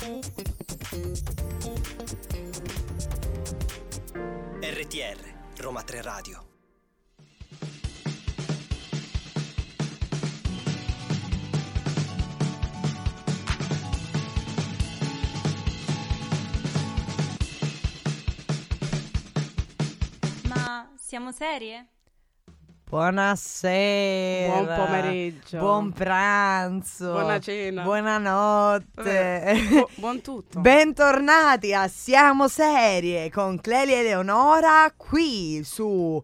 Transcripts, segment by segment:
RTR, Roma 3 Radio. Ma siamo serie? Buonasera. Buon pomeriggio. Buon pranzo. Buona cena. Buonanotte. Buon tutto. Bentornati a Siamo Serie con Clelia e Eleonora qui su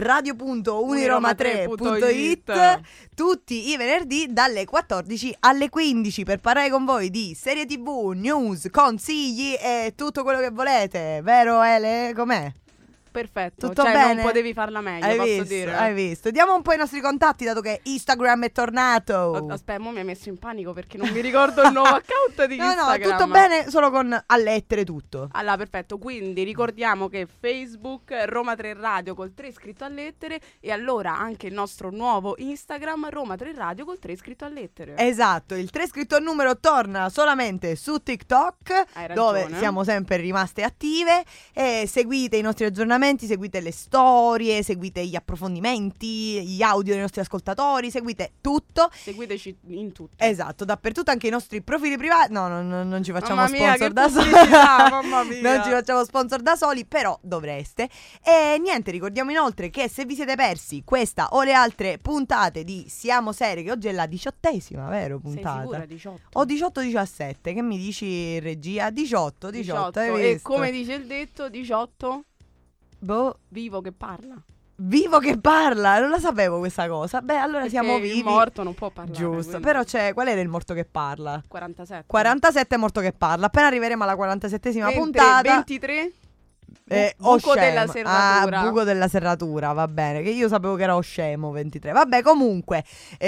radio.uniroma3.it tutti i venerdì dalle 14 alle 15 per parlare con voi di serie TV, news, consigli e tutto quello che volete. Vero Ele? Com'è? Perfetto, Tutto cioè bene? non potevi farla meglio, Hai posso visto, dire. hai visto. Diamo un po' i nostri contatti dato che Instagram è tornato. Aspetta, mo mi ha messo in panico perché non mi ricordo il nuovo account di No, Instagram. tutto bene, solo con a lettere tutto. Allora, perfetto, quindi ricordiamo che Facebook Roma 3 Radio col 3 scritto a lettere e allora anche il nostro nuovo Instagram Roma 3 Radio col 3 scritto a lettere. Esatto, il 3 scritto a numero torna solamente su TikTok, Hai dove ragione. siamo sempre rimaste attive. E seguite i nostri aggiornamenti, seguite le storie, seguite gli approfondimenti, gli audio dei nostri ascoltatori, seguite tutto. Seguiteci in tutto. Esatto, dappertutto, anche i nostri profili privati. No, non ci facciamo Mamma mia, sponsor che da soli. pubblicità, mamma mia. Non ci facciamo sponsor da soli, però dovreste. E niente, ricordiamo inoltre che se vi siete persi questa o le altre puntate di Siamo Serie, che oggi è la 18ª, vero? Puntata. Sei sicura? 18? O 18-17, che mi dici regia? 18, hai E visto? come dice il detto, 18? Boh, Vivo che parla. vivo che parla, non la sapevo questa cosa. Beh, allora Perché siamo il vivi. morto non può parlare. Giusto, quindi. però c'è, qual era il morto che parla? 47. 47 è morto che parla. Appena arriveremo alla 47esima Mentre puntata 23 buco Oscemo. della serratura. Buco della serratura, va bene. Che io sapevo che era Oscemo 23. Vabbè, comunque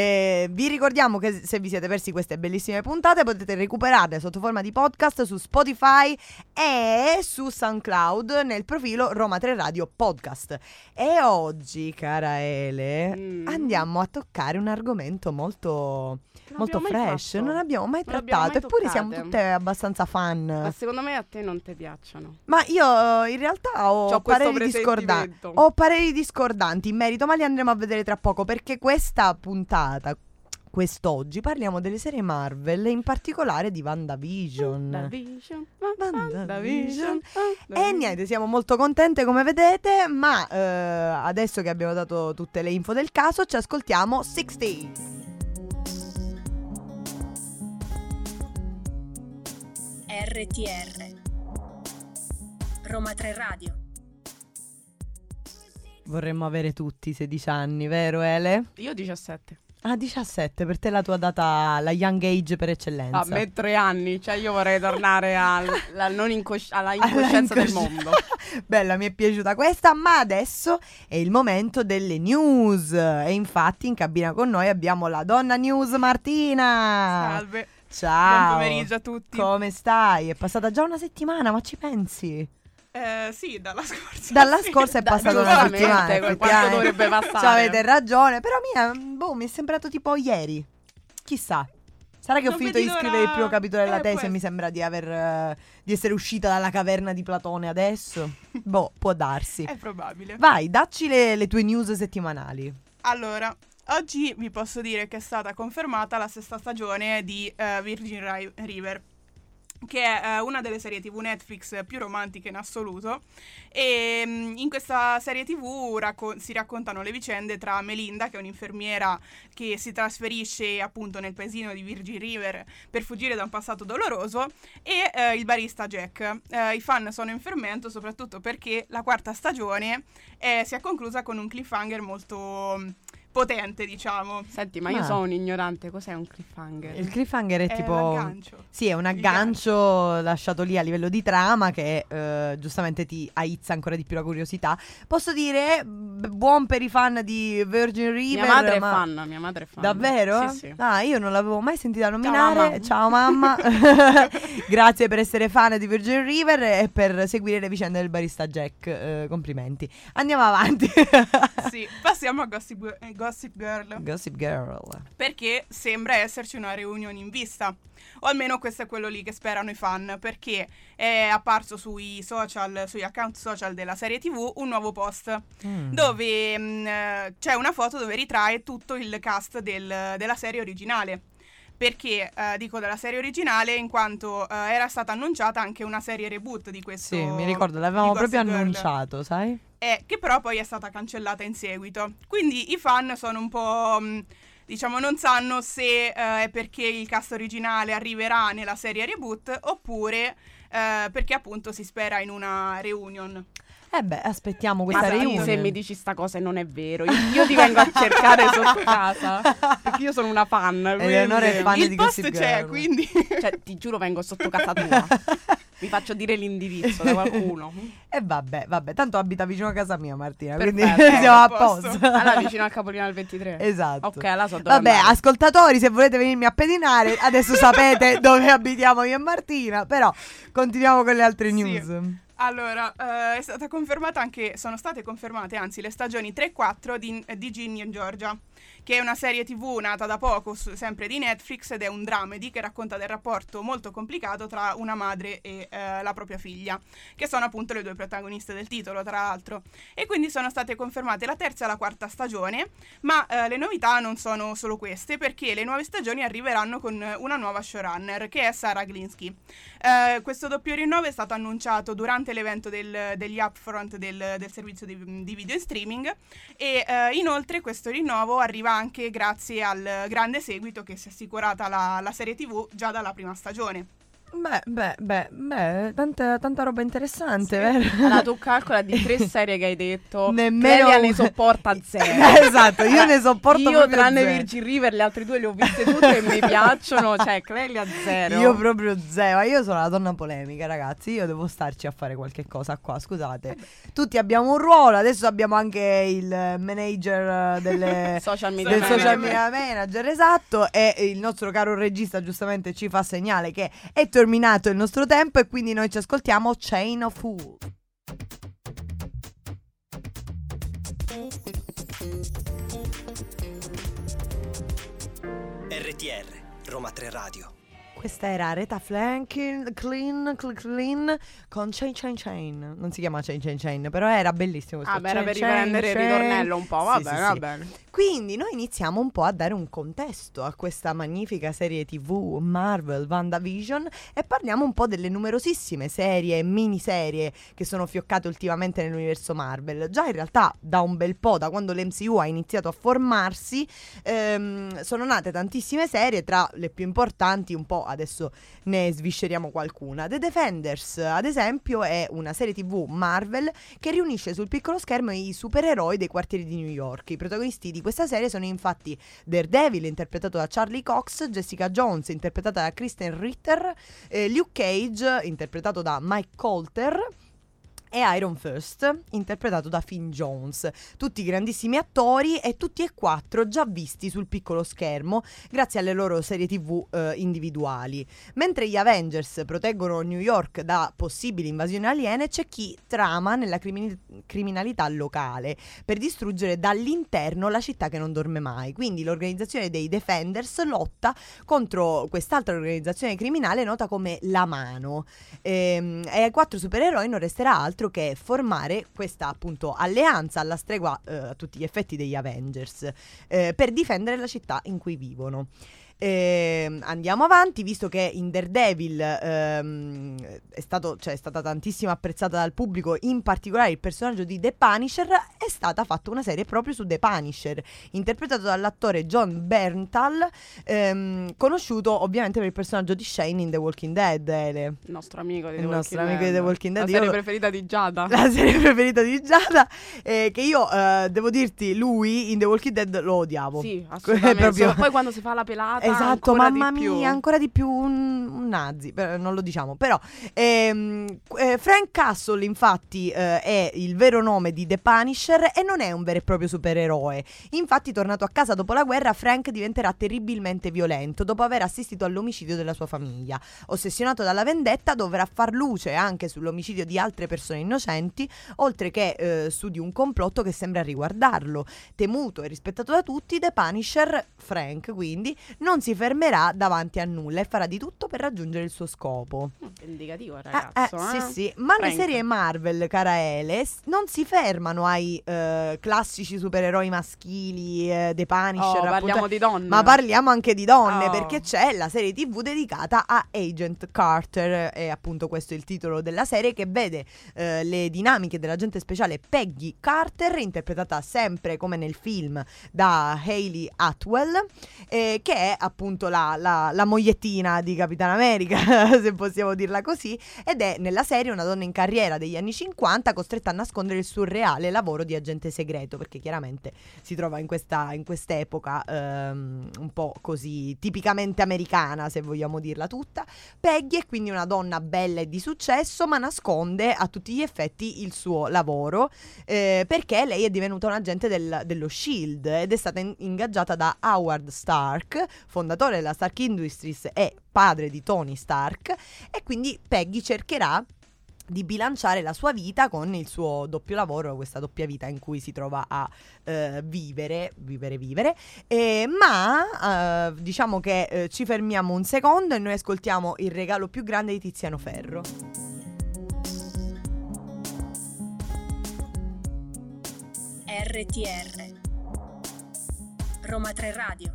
vi ricordiamo che se vi siete persi queste bellissime puntate potete recuperarle sotto forma di podcast su Spotify e su SoundCloud nel profilo Roma 3 Radio Podcast. E oggi, cara Ele, andiamo a toccare un argomento molto fresh. Non abbiamo mai Non l'abbiamo trattato, mai eppure siamo toccate. tutte abbastanza fan. Ma secondo me a te non ti piacciono. Ma io in realtà ho C'ho questo pareri discordanti. presentimento. Ho pareri discordanti in merito, ma li andremo a vedere tra poco perché questa puntata, quest'oggi, parliamo delle serie Marvel e in particolare di WandaVision. WandaVision. E niente, siamo molto contente come vedete, ma adesso che abbiamo dato tutte le info del caso ci ascoltiamo 60. RTR Roma 3 Radio. Vorremmo avere tutti 16 anni, vero Ele? Io 17. Ah, 17, per te la tua data, la young age per eccellenza. A me 3 anni, cioè io vorrei tornare alla incoscienza del mondo. Bella, mi è piaciuta questa, ma adesso è il momento delle news. E infatti in cabina con noi abbiamo la donna news Martina. Salve. Ciao. Buon pomeriggio a tutti. Come stai? È passata già una settimana, ma ci pensi? Sì, dalla scorsa. Dalla sì. scorsa è passata una giustamente, settimana. quanto effettivamente. dovrebbe passare? Cioè, avete ragione, però mi è sembrato tipo ieri. Chissà. Sarà che ho Non finito di vedi scrivere il l'ora- primo capitolo della tesi può e mi sembra di aver di essere uscita dalla caverna di Platone adesso. Boh, può darsi. È probabile. Vai, dacci le tue news settimanali. Allora, oggi vi posso dire che è stata confermata la sesta stagione di Virgin River, che è una delle serie TV Netflix più romantiche in assoluto. E in questa serie TV si raccontano le vicende tra Melinda, che è un'infermiera che si trasferisce appunto nel paesino di Virgin River per fuggire da un passato doloroso, e il barista Jack. I fan sono in fermento soprattutto perché la quarta stagione si è conclusa con un cliffhanger molto potente, diciamo. Senti, ma io Ma- sono un ignorante, cos'è un cliffhanger? Il cliffhanger è tipo l'aggancio. sì, è un aggancio lasciato lì a livello di trama che giustamente ti aizza ancora di più la curiosità. Posso dire buon per i fan di Virgin River. Mia madre è ma- fan, mia madre è fan. Davvero? Sì, sì. Ah, io non l'avevo mai sentita nominare. Ciao, Ciao mamma. Grazie per essere fan di Virgin River e per seguire le vicende del barista Jack. Complimenti. Andiamo avanti. Sì, passiamo a Gossip Gossip Girl. Gossip Girl. Perché sembra esserci una reunion in vista. O almeno questo è quello lì che sperano i fan, perché è apparso sui account social della serie TV un nuovo post dove c'è una foto dove ritrae tutto il cast della serie originale. Perché dico della serie originale in quanto era stata annunciata anche una serie reboot di questo. Sì, mi ricordo, l'avevamo proprio Girl. Annunciato, sai? Che però poi è stata cancellata in seguito. Quindi i fan sono un po'... diciamo non sanno se è perché il cast originale arriverà nella serie reboot oppure perché appunto si spera in una reunion. Aspettiamo questa reunion. Se mi dici sta cosa e non è vero, io ti vengo a cercare sotto casa perché io sono una fan. Eleonora è fan il di post Gossip c'è, Girl. quindi Cioè, ti giuro, vengo sotto casa tua. Mi faccio dire l'indirizzo da qualcuno. E vabbè, tanto abita vicino a casa mia, Martina, Perfetto, quindi siamo a a posto. posto. Allora, vicino al Capolinare del 23. Esatto. Ok, allora so dove Vabbè, andare. ascoltatori, se volete venirmi a pedinare, adesso sapete dove abitiamo io e Martina, però continuiamo con le altre Sì. news. allora sono state confermate anzi le stagioni 3 e 4 di Ginny e Georgia, che è una serie TV nata da poco, sempre di Netflix, ed è un dramedy che racconta del rapporto molto complicato tra una madre e la propria figlia, che sono appunto le due protagoniste del titolo, tra l'altro. E quindi sono state confermate la terza e la quarta stagione, ma le novità non sono solo queste, perché le nuove stagioni arriveranno con una nuova showrunner, che è Sarah Glinsky. Questo doppio rinnovo è stato annunciato durante l'evento degli upfront del servizio di video in streaming, e inoltre questo rinnovo arriva anche grazie al grande seguito che si è assicurata la serie TV già dalla prima stagione. Tanta roba interessante, Sì. vero? Allora, tu calcola di 3 serie che hai detto, Nemmeno Clelia un- ne sopporta 0. Esatto, io ne sopporto Io proprio tranne zero. Virgin River, le altre 2 le ho viste tutte e mi piacciono. Cioè, Clelia 0. Io proprio zero, io sono la donna polemica, ragazzi, io devo starci a fare qualche cosa qua, scusate. Tutti abbiamo un ruolo, adesso abbiamo anche il manager del social media. social manager. media manager, esatto, e il nostro caro regista giustamente ci fa segnale che è terminato il nostro tempo e quindi noi ci ascoltiamo Chain of Fool. RTR, Roma 3 Radio. Questa era Aretha Franklin clean con Chain. Non si chiama Chain, però era bellissimo questo. Era per riprendere il ritornello un po'. Va Sì, bene, sì, va sì. bene. Quindi noi iniziamo un po' a dare un contesto a questa magnifica serie TV Marvel WandaVision e parliamo un po' delle numerosissime serie e miniserie che sono fioccate ultimamente nell'universo Marvel. Già in realtà da un bel po', da quando l'MCU ha iniziato a formarsi, sono nate tantissime serie, tra le più importanti un po' adesso ne svisceriamo qualcuna. The Defenders, ad esempio, è una serie TV Marvel che riunisce sul piccolo schermo i supereroi dei quartieri di New York. I protagonisti di questa serie sono infatti Daredevil, interpretato da Charlie Cox, Jessica Jones, interpretata da Kristen Ritter, Luke Cage, interpretato da Mike Colter, e Iron Fist, interpretato da Finn Jones. Tutti grandissimi attori e tutti e 4 già visti sul piccolo schermo grazie alle loro serie TV individuali. Mentre gli Avengers proteggono New York da possibili invasioni aliene, c'è chi trama nella criminalità locale per distruggere dall'interno la città che non dorme mai. Quindi l'organizzazione dei Defenders lotta contro quest'altra organizzazione criminale nota come La Mano. E ai 4 supereroi non resterà altro che formare questa appunto alleanza alla stregua a tutti gli effetti degli Avengers per difendere la città in cui vivono. Andiamo avanti, visto che in Daredevil è stata tantissimo apprezzata dal pubblico, in particolare il personaggio di The Punisher, è stata fatta una serie proprio su The Punisher, interpretato dall'attore John Bernthal, conosciuto ovviamente per il personaggio di Shane in The Walking Dead. Il nostro amico di The Il Walking nostro amico Dead. di The Walking Dead. La serie Io- preferita di Giada. La serie preferita di Giada, che io devo dirti, lui in The Walking Dead lo odiavo. Sì, È assolutamente. proprio- Poi quando si fa la pelata esatto, ancora mamma di più. mia, ancora di più un nazi, non lo diciamo, però Frank Castle infatti è il vero nome di The Punisher e non è un vero e proprio supereroe. Infatti, tornato a casa dopo la guerra, Frank diventerà terribilmente violento dopo aver assistito all'omicidio della sua famiglia. Ossessionato dalla vendetta, dovrà far luce anche sull'omicidio di altre persone innocenti, oltre che su di un complotto che sembra riguardarlo. Temuto e rispettato da tutti, The Punisher, Frank quindi, non si fermerà davanti a nulla e farà di tutto per raggiungere il suo scopo. Vendicativo ragazzo, Sì, sì. Ma Frank. le serie Marvel, cara Ele, non si fermano ai classici supereroi maschili, The Punisher, parliamo di donne. ma parliamo anche di donne, Oh. perché c'è la serie TV dedicata a Agent Carter, e appunto questo è il titolo della serie, che vede le dinamiche dell'agente speciale Peggy Carter, interpretata sempre come nel film da Hayley Atwell, che è appunto la mogliettina di Capitan America, se possiamo dirla così, ed è nella serie una donna in carriera degli anni 50 costretta a nascondere il suo reale lavoro di agente segreto, perché chiaramente si trova in quest'epoca un po' così tipicamente americana, se vogliamo dirla tutta. Peggy è quindi una donna bella e di successo, ma nasconde a tutti gli effetti il suo lavoro, perché lei è divenuta un agente dello SHIELD ed è stata ingaggiata da Howard Stark, fondatore della Stark Industries e padre di Tony Stark, e quindi Peggy cercherà di bilanciare la sua vita con il suo doppio lavoro, questa doppia vita in cui si trova a vivere, ma diciamo che ci fermiamo un secondo e noi ascoltiamo Il regalo più grande di Tiziano Ferro. RTR Roma 3 Radio.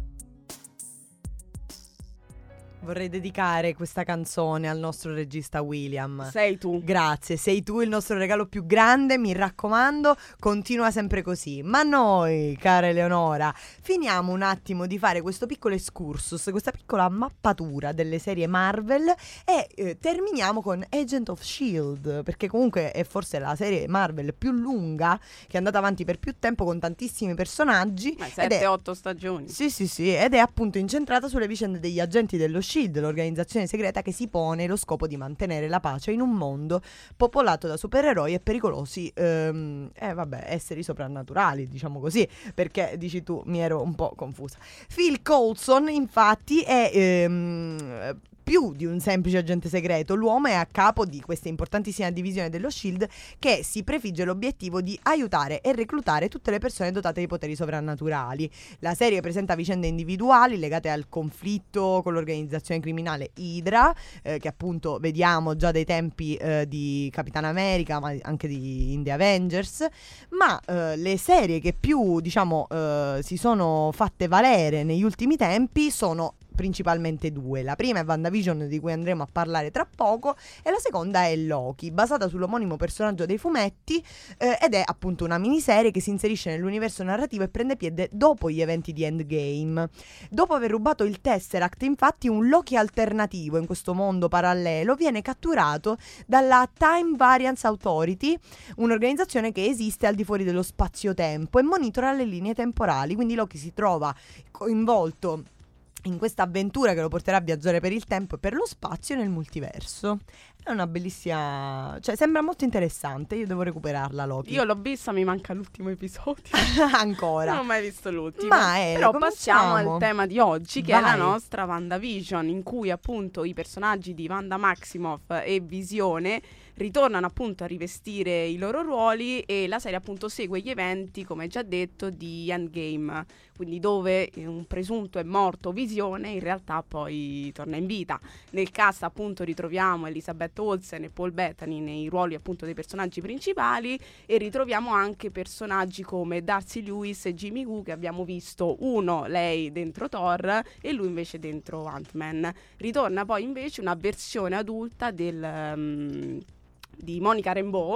Vorrei dedicare questa canzone al nostro regista William. Sei tu. Grazie, sei tu il nostro regalo più grande, mi raccomando, continua sempre così. Ma noi, cara Eleonora, finiamo un attimo di fare questo piccolo excursus, questa piccola mappatura delle serie Marvel e terminiamo con Agent of S.H.I.E.L.D., perché comunque è forse la serie Marvel più lunga, che è andata avanti per più tempo con tantissimi personaggi. 7-8 stagioni. Sì, ed è appunto incentrata sulle vicende degli agenti dello S.H.I.E.L.D., l'organizzazione segreta che si pone lo scopo di mantenere la pace in un mondo popolato da supereroi e pericolosi esseri soprannaturali, diciamo così, perché dici tu, mi ero un po' confusa. Phil Coulson infatti è più di un semplice agente segreto. L'uomo è a capo di questa importantissima divisione dello S.H.I.E.L.D. che si prefigge l'obiettivo di aiutare e reclutare tutte le persone dotate di poteri sovrannaturali. La serie presenta vicende individuali legate al conflitto con l'organizzazione criminale Hydra, che appunto vediamo già dai tempi di Capitan America, ma anche in The Avengers. Ma le serie che più si sono fatte valere negli ultimi tempi sono principalmente due. La prima è WandaVision, di cui andremo a parlare tra poco, e la seconda è Loki, basata sull'omonimo personaggio dei fumetti, ed è appunto una miniserie che si inserisce nell'universo narrativo e prende piede dopo gli eventi di Endgame. Dopo aver rubato il Tesseract, infatti, un Loki alternativo in questo mondo parallelo viene catturato dalla Time Variance Authority, un'organizzazione che esiste al di fuori dello spazio-tempo e monitora le linee temporali. Quindi Loki si trova coinvolto in questa avventura che lo porterà a viaggiare per il tempo e per lo spazio nel multiverso. È una bellissima, cioè sembra molto interessante. Io devo recuperarla, Loki. Io l'ho vista, mi manca l'ultimo episodio. Ancora. Non ho mai visto l'ultimo. Ma però passiamo cominciamo al tema di oggi, che Vai. è la nostra WandaVision, in cui appunto i personaggi di Wanda Maximoff e Visione ritornano appunto a rivestire i loro ruoli, e la serie appunto segue gli eventi, come già detto, di Endgame, quindi dove un presunto è morto Visione in realtà poi torna in vita. Nel cast appunto ritroviamo Elizabeth Olsen e Paul Bettany nei ruoli appunto dei personaggi principali, e ritroviamo anche personaggi come Darcy Lewis e Jimmy Woo, che abbiamo visto, lei dentro Thor e lui invece dentro Ant-Man. Ritorna poi invece una versione adulta di Monica Rambeau,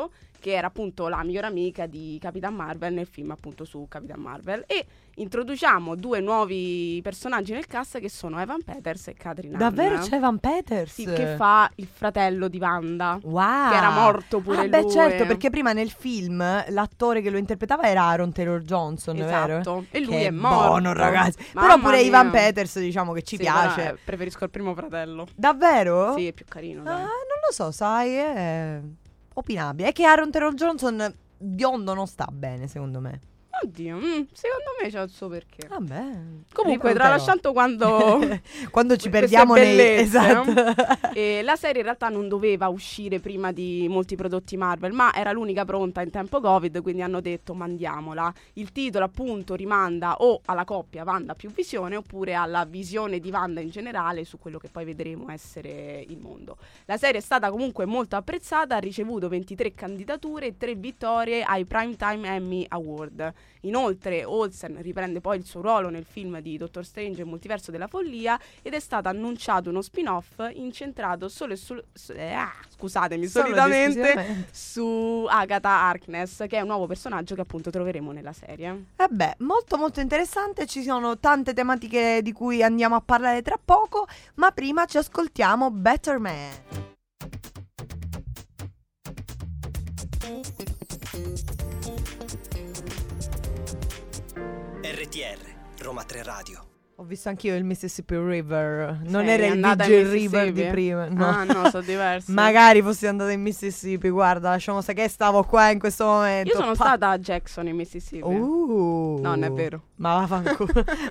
che era appunto la migliore amica di Capitan Marvel nel film appunto su Capitan Marvel. E introduciamo 2 nuovi personaggi nel cast che sono Evan Peters e Catherine Hahn. Davvero c'è Evan Peters? Sì, che fa il fratello di Wanda. Wow. Che era morto pure lui. Beh, certo, perché prima nel film l'attore che lo interpretava era Aaron Taylor Johnson, vero? Esatto. E lui che è morto. buono, ragazzi. Mamma Però pure mia. Evan Peters, diciamo che ci Sì, piace. però, preferisco il primo fratello. Davvero? Sì, è più carino. Dai. Non lo so, sai, è opinabile. È che Aaron Taylor Johnson biondo non sta bene, secondo me. Oddio, secondo me c'ha il suo perché. Vabbè. Comunque, rivaluterò. tralasciando quando ci perdiamo queste nei bellezze, esatto. la serie in realtà non doveva uscire prima di molti prodotti Marvel, ma era l'unica pronta in tempo Covid, quindi hanno detto mandiamola. Il titolo appunto rimanda o alla coppia Wanda più Visione oppure alla visione di Wanda in generale su quello che poi vedremo essere il mondo. La serie è stata comunque molto apprezzata, ha ricevuto 23 candidature e 3 vittorie ai Primetime Emmy Award. Inoltre Olsen riprende poi il suo ruolo nel film di Doctor Strange e il Multiverso della Follia ed è stato annunciato uno spin-off incentrato solo e solitamente su Agatha Harkness, che è un nuovo personaggro che appunto troveremo nella serie. Molto molto interessante, ci sono tante tematiche di cui andiamo a parlare tra poco, ma prima ci ascoltiamo Better Man. RTR, Roma 3 Radio. Ho visto anch'io il Mississippi River. Non Sei era il andata in Virgin River di Mississippi? prima. No, Ah no, sono diversi. Magari fossi andata in Mississippi. Guarda, lasciamo stare che stavo qua in questo momento. Io sono stata a Jackson in Mississippi. No, non è vero. Ma vaffanculo.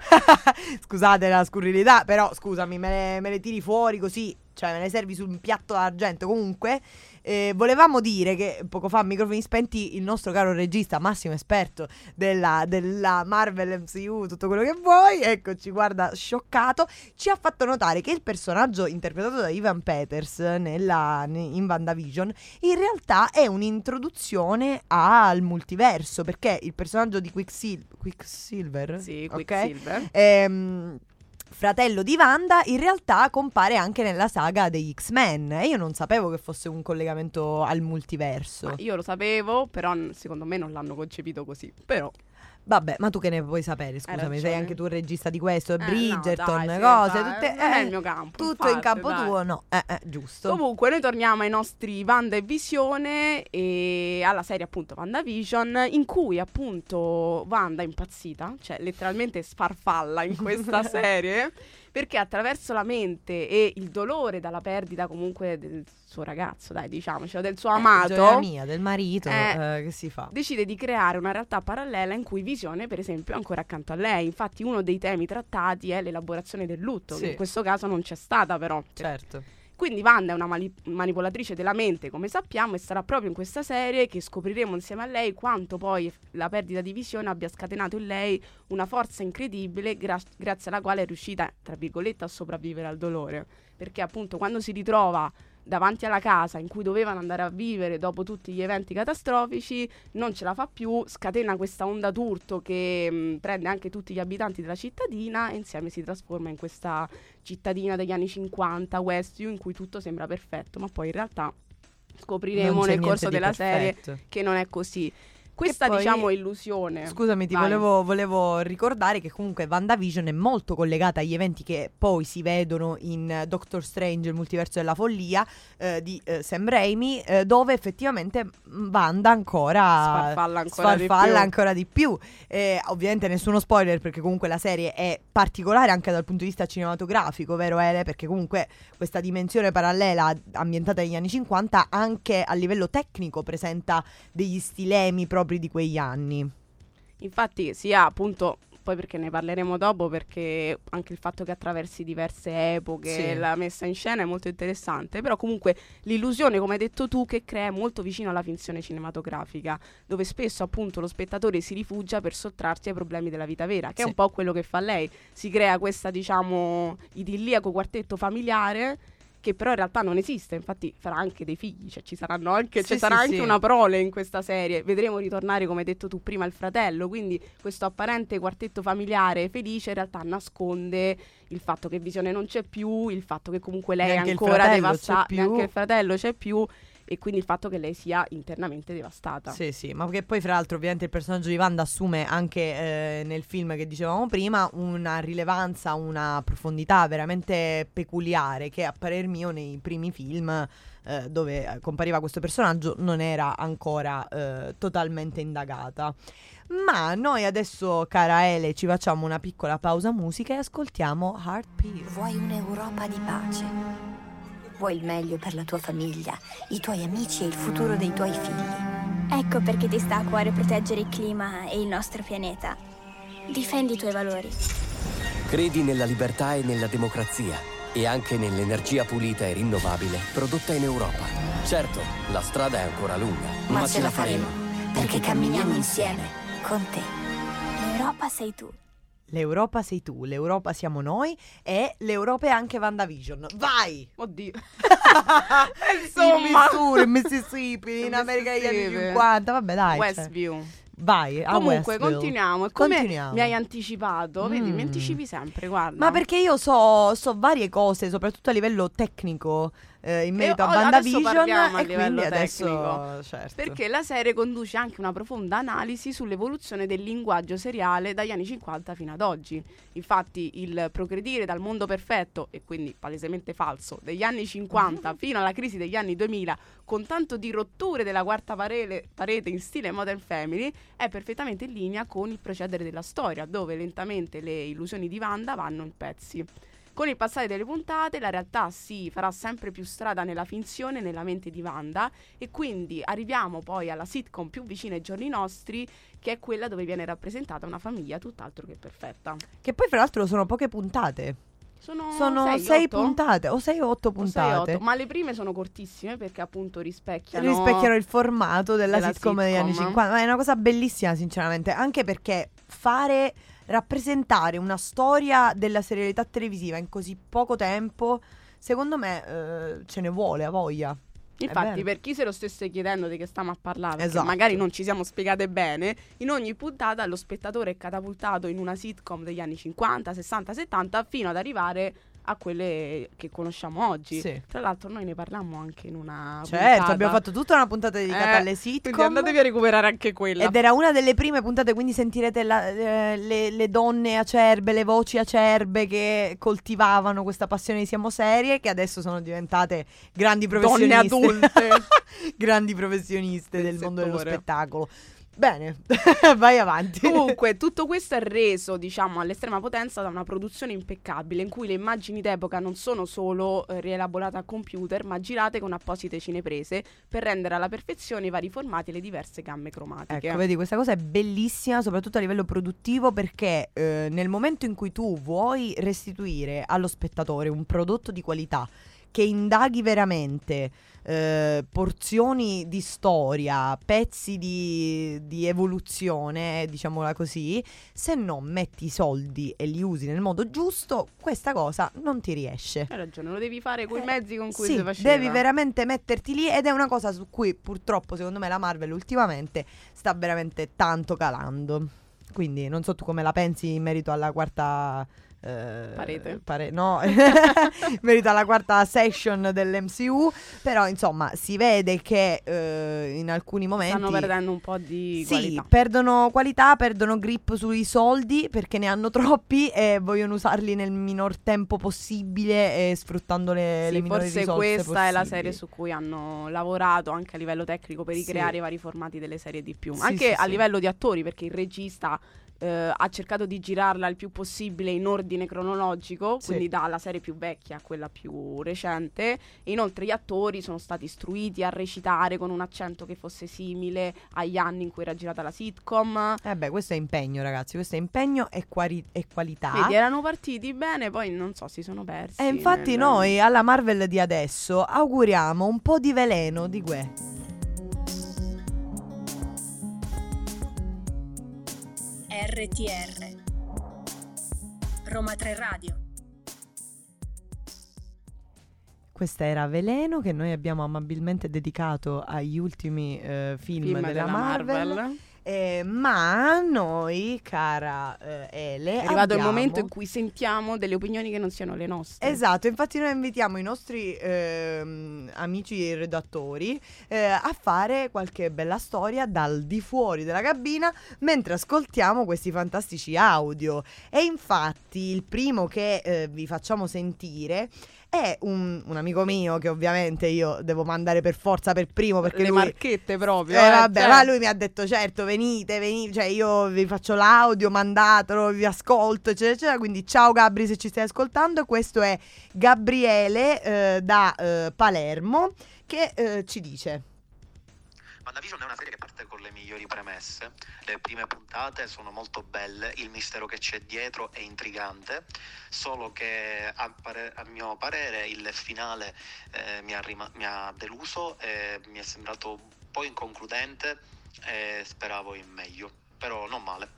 Scusate la scurrilità, però scusami, me le tiri fuori così. Cioè me ne servi su un piatto d'argento. Comunque volevamo dire che poco fa a microfoni spenti il nostro caro regista, massimo esperto della Marvel MCU, tutto quello che vuoi, eccoci, guarda, scioccato, ci ha fatto notare che il personaggio interpretato da Evan Peters in WandaVision in realtà è un'introduzione al multiverso, perché il personaggio di Quicksilver, Sì, ok? Quicksilver. Fratello di Wanda, in realtà compare anche nella saga degli X-Men e io non sapevo che fosse un collegamento al multiverso. Ma io lo sapevo, però secondo me non l'hanno concepito così. Però Vabbè, ma tu che ne puoi sapere? Scusami, sei ragione. anche tu il regista di questo, no, Bridgerton, dai, sì, cose, dai, tutte, non è il mio campo, tutto in infatti, campo dai. tuo, no, giusto. comunque noi torniamo ai nostri Wanda e Visione e alla serie appunto WandaVision, in cui appunto Wanda è impazzita, cioè letteralmente sfarfalla in questa serie, perché attraverso la mente e il dolore dalla perdita comunque del suo ragazzo, dai, diciamocelo, del suo amato, Gioia mia, del marito, che si fa? decide di creare una realtà parallela in cui Visione, per esempio, è ancora accanto a lei. Infatti uno dei temi trattati è l'elaborazione del lutto, Sì. che in questo caso non c'è stata però. Certo. Quindi Wanda è una manipolatrice della mente, come sappiamo, e sarà proprio in questa serie che scopriremo insieme a lei quanto poi la perdita di Visione abbia scatenato in lei una forza incredibile grazie alla quale è riuscita, tra virgolette, a sopravvivere al dolore. Perché appunto quando si ritrova davanti alla casa in cui dovevano andare a vivere dopo tutti gli eventi catastrofici, non ce la fa più, scatena questa onda d'urto che prende anche tutti gli abitanti della cittadina e insieme si trasforma in questa cittadina degli anni 50, Westview, in cui tutto sembra perfetto, ma poi in realtà scopriremo Non c'è nel corso niente di della serie perfetto. che non è così. Questa poi, diciamo illusione. Scusami, ti Vai. volevo ricordare che comunque WandaVision è molto collegata agli eventi che poi si vedono in Doctor Strange, il multiverso della follia di Sam Raimi, dove effettivamente Wanda ancora Sfarfalla ancora di più. Ovviamente nessuno spoiler, perché comunque la serie è particolare anche dal punto di vista cinematografico, vero Ele? Perché comunque questa dimensione parallela ambientata negli anni 50 anche a livello tecnico presenta degli stilemi propri di quegli anni. Infatti sia appunto, poi perché ne parleremo dopo, perché anche il fatto che attraversi diverse epoche, Sì. la messa in scena è molto interessante, però comunque l'illusione, come hai detto tu, che crea è molto vicino alla finzione cinematografica, dove spesso appunto lo spettatore si rifugia per sottrarsi ai problemi della vita vera, che Sì. è un po' quello che fa lei. Si crea questa, diciamo, idilliaco quartetto familiare che però in realtà non esiste, infatti farà anche dei figli, cioè ci saranno anche, Sì, ci sarà sì, anche sì. una prole in questa serie, vedremo ritornare, come hai detto tu prima, il fratello, quindi questo apparente quartetto familiare felice in realtà nasconde il fatto che Visione non c'è più, il fatto che comunque lei è Neanche il ancora fratello devastata, c'è più. neanche il fratello c'è più, e quindi il fatto che lei sia internamente devastata. Sì, ma che poi fra l'altro ovviamente il personaggio di Wanda assume anche nel film che dicevamo prima una rilevanza, una profondità veramente peculiare che a parer mio nei primi film dove compariva questo personaggio non era ancora totalmente indagata. Ma noi adesso, cara Ele, ci facciamo una piccola pausa musica e ascoltiamo Heart Peace. Vuoi un'Europa di pace? Vuoi il meglio per la tua famiglia, i tuoi amici e il futuro dei tuoi figli? Ecco perché ti sta a cuore proteggere il clima e il nostro pianeta. Difendi i tuoi valori. Credi nella libertà e nella democrazia e anche nell'energia pulita e rinnovabile prodotta in Europa. Certo, la strada è ancora lunga, ma ce la faremo, perché camminiamo insieme, con te. L'Europa sei tu. L'Europa sei tu, l'Europa siamo noi e l'Europa è anche WandaVision. Vai! Oddio. In Missouri, in Mississippi, in America degli anni 50, vabbè dai. Westview. Vai, a Comunque Westville. continuiamo. E come Continuiamo. mi hai anticipato, vedi, mi anticipi sempre, guarda. Ma perché io so varie cose, soprattutto a livello tecnico, in merito a adesso WandaVision. parliamo a E livello quindi adesso, tecnico. certo. Perché la serie conduce anche una profonda analisi sull'evoluzione del linguaggio seriale dagli anni 50 fino ad oggi. Infatti il progredire dal mondo perfetto, e quindi palesemente falso, degli anni 50 fino alla crisi degli anni 2000, con tanto di rotture della quarta parete in stile Modern Family, è perfettamente in linea con il procedere della storia, dove lentamente le illusioni di Wanda vanno in pezzi. Con il passare delle puntate la realtà si farà sempre più strada nella finzione nella mente di Wanda e quindi arriviamo poi alla sitcom più vicina ai giorni nostri, che è quella dove viene rappresentata una famiglia tutt'altro che perfetta. Che poi fra l'altro sono poche puntate. Sono 6 puntate o 6 o 8 puntate. 6-8, ma le prime sono cortissime perché appunto rispecchiano Il formato della sitcom degli anni 50. Ma è una cosa bellissima sinceramente, anche perché rappresentare una storia della serialità televisiva in così poco tempo, secondo me ce ne vuole a voglia. Infatti, per chi se lo stesse chiedendo di che stiamo a parlare, perché Esatto. magari non ci siamo spiegate bene, in ogni puntata lo spettatore è catapultato in una sitcom degli anni 50, 60, 70 fino ad arrivare a quelle che conosciamo oggi. Sì. Tra l'altro noi ne parlammo anche in una Certo, puntata. abbiamo fatto tutta una puntata dedicata alle Quindi sitcom. andatevi a recuperare anche quella. Ed era una delle prime puntate, quindi sentirete le donne acerbe, le voci acerbe che coltivavano questa passione di Siamo Serie, che adesso sono diventate grandi professioniste. Donne adulte. Grandi professioniste del mondo dello settore. spettacolo. Bene, vai avanti. Comunque tutto questo è reso, diciamo, all'estrema potenza da una produzione impeccabile in cui le immagini d'epoca non sono solo rielaborate a computer, ma girate con apposite cineprese per rendere alla perfezione i vari formati e le diverse gamme cromatiche. Ecco, vedi, questa cosa è bellissima, soprattutto a livello produttivo, perché nel momento in cui tu vuoi restituire allo spettatore un prodotto di qualità che indaghi veramente porzioni di storia, pezzi di evoluzione, diciamola così, se non metti i soldi e li usi nel modo giusto, questa cosa non ti riesce. Hai ragione, lo devi fare con i mezzi con cui Sì, si faceva. devi veramente metterti lì, ed è una cosa su cui purtroppo secondo me la Marvel ultimamente sta veramente tanto calando. Quindi non so tu come la pensi in merito alla quarta parete. No, in merito alla quarta session dell'MCU, però insomma si vede che in alcuni momenti stanno perdendo un po' di qualità. perdono qualità, perdono grip sui soldi perché ne hanno troppi e vogliono usarli nel minor tempo possibile e sfruttando le minori forse risorse questa possibili. è la serie su cui hanno lavorato anche a livello tecnico per Sì. ricreare i vari formati delle serie di più. Sì, Anche sì, a sì. livello di attori, perché il regista ha cercato di girarla il più possibile in ordine cronologico, Sì. quindi dalla serie più vecchia a quella più recente, e inoltre gli attori sono stati istruiti a recitare con un accento che fosse simile agli anni in cui era girata la sitcom. Questo è impegno, ragazzi, questo è impegno e qualità. Vedi, erano partiti bene, poi non so, si sono persi. E infatti noi alla Marvel di adesso auguriamo un po' di veleno di Gue. RTR Roma 3 Radio. Questa era Veleno, che noi abbiamo amabilmente dedicato agli ultimi film della Marvel. Ma noi, cara Ele, è arrivato il momento in cui sentiamo delle opinioni che non siano le nostre. Esatto, infatti noi invitiamo i nostri amici redattori a fare qualche bella storia dal di fuori della cabina mentre ascoltiamo questi fantastici audio. E infatti il primo che vi facciamo sentire è un amico mio che ovviamente io devo mandare per forza per primo, perché le lui, marchette proprio. vabbè, cioè. ma lui mi ha detto certo venite, cioè io vi faccio l'audio, mandatelo, vi ascolto eccetera eccetera. Quindi ciao Gabri se ci stai ascoltando. Questo è Gabriele da Palermo che ci dice: WandaVision è una serie che parte con le migliori premesse, le prime puntate sono molto belle, il mistero che c'è dietro è intrigante, solo che a mio parere il finale mi ha deluso e mi è sembrato un po' inconcludente e speravo in meglio, però non male.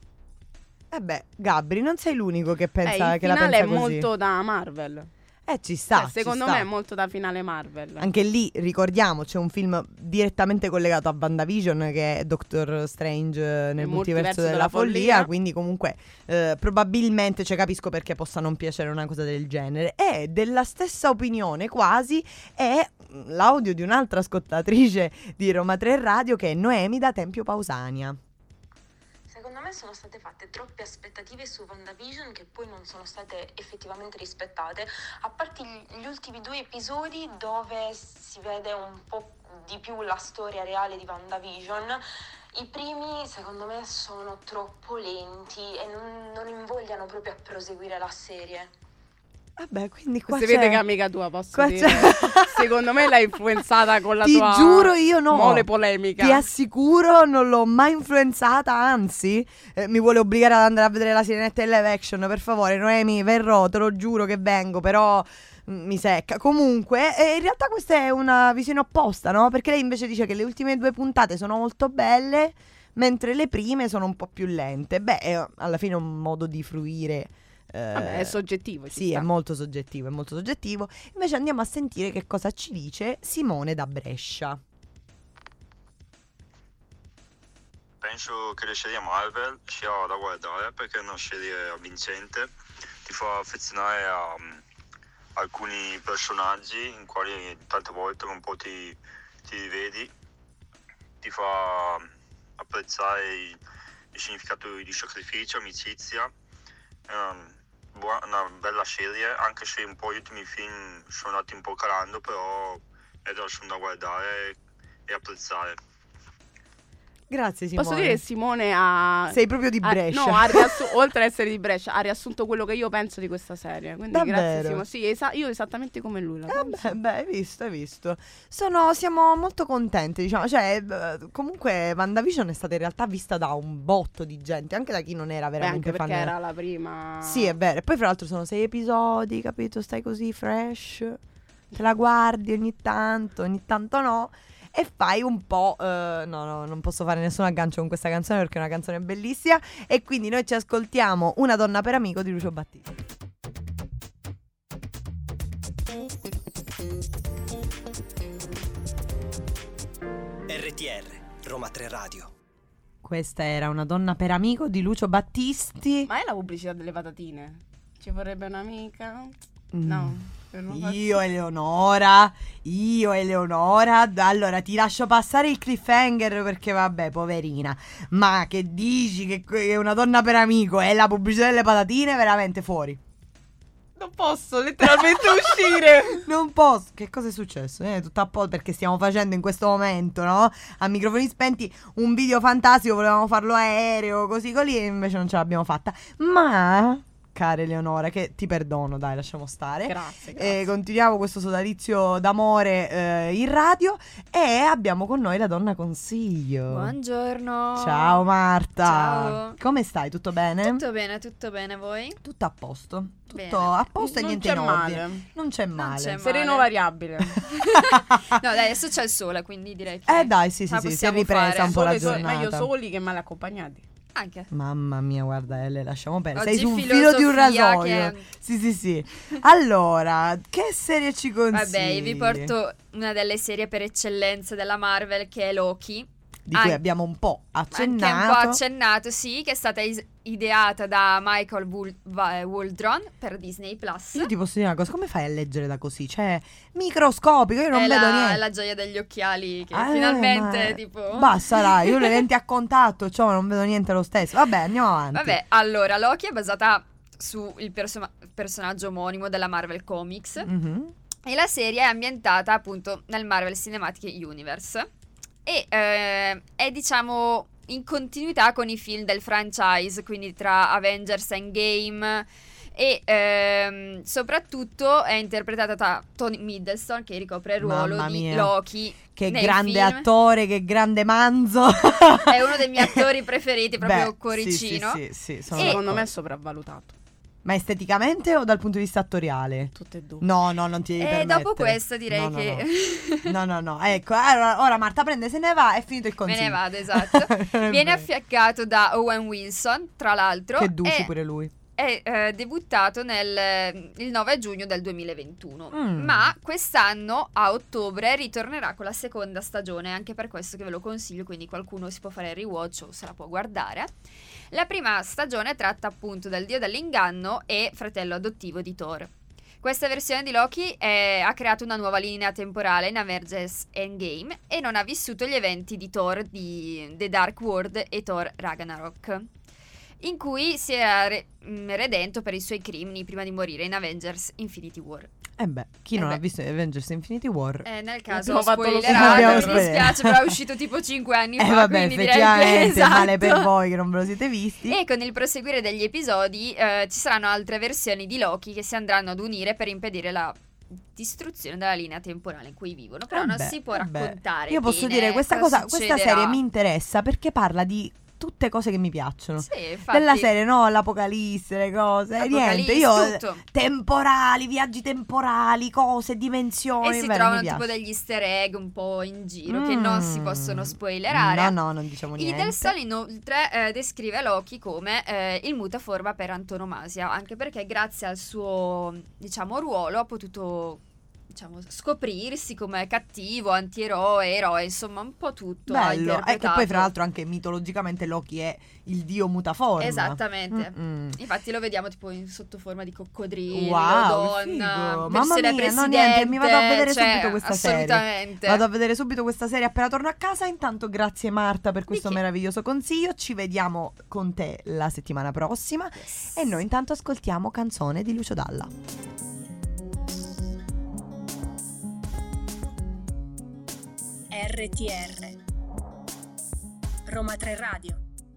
Gabri, non sei l'unico che pensa il che la finale pensa è così. molto da Marvel. Ci sta, Cioè, secondo ci sta. me è molto da finale Marvel. Anche lì ricordiamo c'è un film direttamente collegato a WandaVision che è Doctor Strange nel multiverso della follia. Quindi comunque probabilmente capisco perché possa non piacere una cosa del genere. E della stessa opinione quasi è l'audio di un'altra ascoltatrice di Roma 3 Radio, che è Noemi da Tempio Pausania. Secondo me sono state fatte troppe aspettative su WandaVision che poi non sono state effettivamente rispettate, a parte gli ultimi 2 episodi dove si vede un po' di più la storia reale di WandaVision. I primi secondo me sono troppo lenti e non invogliano proprio a proseguire la serie. Vabbè, quindi qua si c'è... vede che è amica tua, posso qua dire. Secondo me l'hai influenzata con la Ti tua giuro io no. mole polemica. Ti assicuro non l'ho mai influenzata, anzi mi vuole obbligare ad andare a vedere la Sirenetta in live action. Per favore Noemi, verrò, te lo giuro che vengo, però mi secca. Comunque in realtà questa è una visione opposta, no? Perché lei invece dice che le ultime 2 puntate sono molto belle, mentre le prime sono un po' più lente. È alla fine un modo di fruire. Vabbè, è soggettivo. Sì, è molto soggettivo, è molto soggettivo. Invece andiamo a sentire che cosa ci dice Simone da Brescia. Penso che le serie Marvel sia da guardare perché è una serie avvincente, ti fa affezionare a alcuni personaggi in quali tante volte un po' ti rivedi, ti fa apprezzare il significato di sacrificio, amicizia. Una bella serie, anche se un po' gli ultimi film sono andati un po' calando, però sono da guardare e apprezzare. Grazie Simone. Posso dire che Simone ha... Sei proprio di Brescia. No, oltre ad essere di Brescia, ha riassunto quello che io penso di questa serie. Quindi davvero? Grazie Simone. Sì, io esattamente come lui la penso. Hai visto. Siamo molto contenti, diciamo. Cioè, comunque WandaVision è stata in realtà vista da un botto di gente, anche da chi non era veramente anche fan. perché era la prima. Sì, è vero. E poi fra l'altro sono 6 episodi, capito? Stai così fresh, te la guardi ogni tanto no. E fai un po'... no, non posso fare nessun aggancio con questa canzone perché è una canzone bellissima. E quindi noi ci ascoltiamo Una donna per amico di Lucio Battisti. RTR, Roma 3 Radio. Questa era Una donna per amico di Lucio Battisti. Ma è la pubblicità delle patatine? Ci vorrebbe un'amica? No. Io Eleonora. Allora ti lascio passare il cliffhanger perché vabbè, poverina. Ma che dici che Una donna per amico è la pubblicità delle patatine? Veramente fuori. Non posso letteralmente uscire. Non posso. Che cosa è successo? Tutto a posto perché stiamo facendo in questo momento, no? A microfoni spenti un video fantastico. Volevamo farlo aereo, così e invece non ce l'abbiamo fatta. Ma... cara Eleonora, che ti perdono, dai, lasciamo stare. Grazie. Continuiamo questo sodalizio d'amore in radio e abbiamo con noi la donna consiglio. Buongiorno. Ciao Marta. Ciao. Come stai? Tutto bene? Tutto bene, voi? Tutto a posto. Tutto Bene. a posto e niente in ordine. Male. Non c'è male. Sereno variabile. No, dai, adesso c'è il sole, quindi direi che dai, sì, si è ripresa un po' la giornata. Meglio soli che male accompagnati. Anche. Mamma mia, guarda Ele, lasciamo perdere. Oggi Sei sul filo di un rasoio. che- Sì. Allora, che serie ci consigli? Vabbè, io vi porto una delle serie per eccellenza della Marvel, che è Loki. di cui abbiamo un po' accennato. Anche un po' accennato, sì, che è stata ideata da Michael Waldron per Disney Plus. Io ti posso dire una cosa, come fai a leggere da così? Cioè, microscopico, io non vedo niente. È la gioia degli occhiali che finalmente tipo... Basta, dai, io le lenti a contatto, cioè, non vedo niente lo stesso. Vabbè, andiamo avanti. Vabbè, allora, Loki è basata su il personaggio omonimo della Marvel Comics. E la serie è ambientata appunto nel Marvel Cinematic Universe e è diciamo in continuità con i film del franchise, quindi tra Avengers Endgame e soprattutto è interpretata da Tony Middleton, che ricopre il ruolo di Loki. Che grande attore, che grande manzo. È uno dei miei attori preferiti, proprio cuoricino. Sì, secondo me è sopravvalutato. Ma esteticamente o dal punto di vista attoriale? Tutte e due. No, non ti devi permettere. Dopo questa direi che... No. Ecco, allora, ora Marta prende, se ne va, è finito il consiglio. Me ne vado, esatto. Viene affiancato da Owen Wilson, tra l'altro. Che duci pure lui. È debuttato il 9 giugno del 2021. Ma quest'anno, a ottobre, ritornerà con la seconda stagione. Anche per questo che ve lo consiglio, quindi qualcuno si può fare il rewatch o se la può guardare. La prima stagione tratta appunto del dio dell'inganno e fratello adottivo di Thor. Questa versione di Loki ha creato una nuova linea temporale in Avengers Endgame e non ha vissuto gli eventi di Thor di The Dark World e Thor Ragnarok, in cui si era redento per i suoi crimini prima di morire in Avengers Infinity War. Chi non ha visto Avengers Infinity War? Nel caso spoilerà, mi dispiace, però è uscito tipo 5 anni fa, vabbè, quindi direi che male per voi che non ve lo siete visti. E con il proseguire degli episodi ci saranno altre versioni di Loki che si andranno ad unire per impedire la distruzione della linea temporale in cui vivono. Però non si può raccontare. Io posso bene dire, questa serie mi interessa perché parla di tutte cose che mi piacciono. Sì, infatti. Della serie, no, l'apocalisse, le cose, niente, io tutto. Temporali, viaggi temporali, cose, dimensioni. E si trovano tipo degli easter egg un po' in giro che non si possono spoilerare. No, non diciamo niente. Hiddleston inoltre descrive Loki come il mutaforma per antonomasia, anche perché grazie al suo, diciamo, ruolo ha potuto, diciamo, scoprirsi come cattivo, antieroe, eroe, insomma un po' tutto. Bello, e che poi fra l'altro anche mitologicamente Loki è il dio mutaforma. Esattamente. Infatti lo vediamo tipo sotto forma di coccodrillo, donna, figo. Mamma mia, presidente, niente, mi vado a vedere subito questa assolutamente. serie. Vado a vedere subito questa serie appena torno a casa. Intanto grazie Marta per questo meraviglioso consiglio. Ci vediamo con te la settimana prossima. E noi intanto ascoltiamo Canzone di Lucio Dalla. RTR Roma 3 Radio.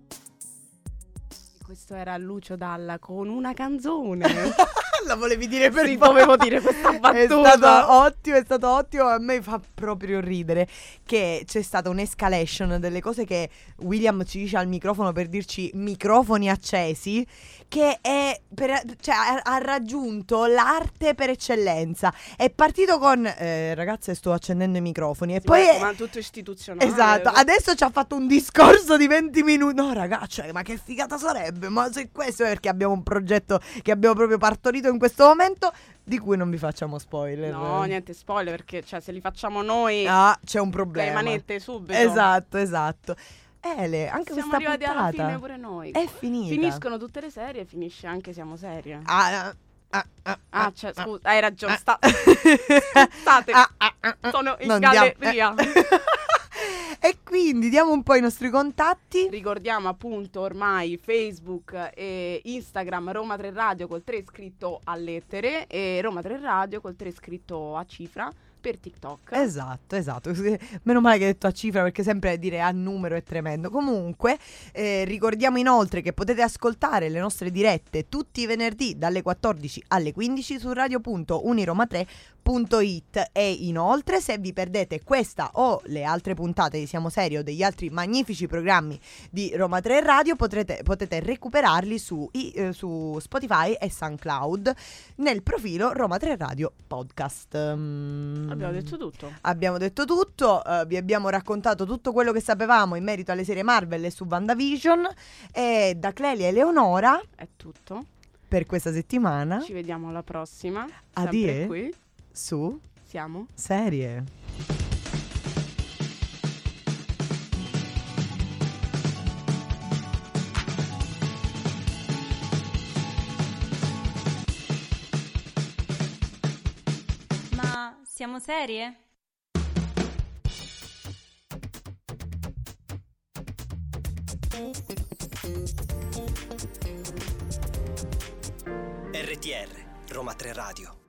Questo era Lucio Dalla con una canzone. La volevi dire per sì, dovevo dire questa battuta. È stato ottimo. A me fa proprio ridere che c'è stata un'escalation delle cose che William ci dice al microfono per dirci microfoni accesi, che è ha raggiunto l'arte per eccellenza. È partito con ragazze, sto accendendo i microfoni, e sì, poi ma tutto istituzionale. Esatto, adesso ci ha fatto un discorso di 20 minuti. No ragazzi, ma che figata sarebbe? Ma se questo è perché abbiamo un progetto che abbiamo proprio partorito in questo momento, di cui non vi facciamo spoiler. No, niente spoiler, perché c'è, se li facciamo noi c'è un problema. Le manette subito. Esatto. Ele, anche siamo questa arrivati puntata alla fine pure noi. è finita. Finiscono tutte le serie, finisce anche Siamo Serie. Scusa, hai ragione. State. Sono in galleria. E quindi diamo un po' i nostri contatti. Ricordiamo appunto ormai Facebook e Instagram Roma 3 Radio col 3 scritto a lettere e Roma 3 Radio col 3 scritto a cifra per TikTok. Esatto. Meno male che hai detto a cifra, perché sempre dire a numero è tremendo. Comunque ricordiamo inoltre che potete ascoltare le nostre dirette tutti i venerdì dalle 14 alle 15 su radio.uniroma3.it. E inoltre, se vi perdete questa o le altre puntate di Siamo Serie o degli altri magnifici programmi di Roma 3 Radio, potete recuperarli su Spotify e SoundCloud nel profilo Roma 3 Radio Podcast. Abbiamo detto tutto. Vi abbiamo raccontato tutto quello che sapevamo in merito alle serie Marvel e su WandaVision. E da Clelia e Leonora è tutto per questa settimana. Ci vediamo alla prossima. Addio. Qui su Siamo Serie. Siamo serie? RTR, Roma 3 Radio.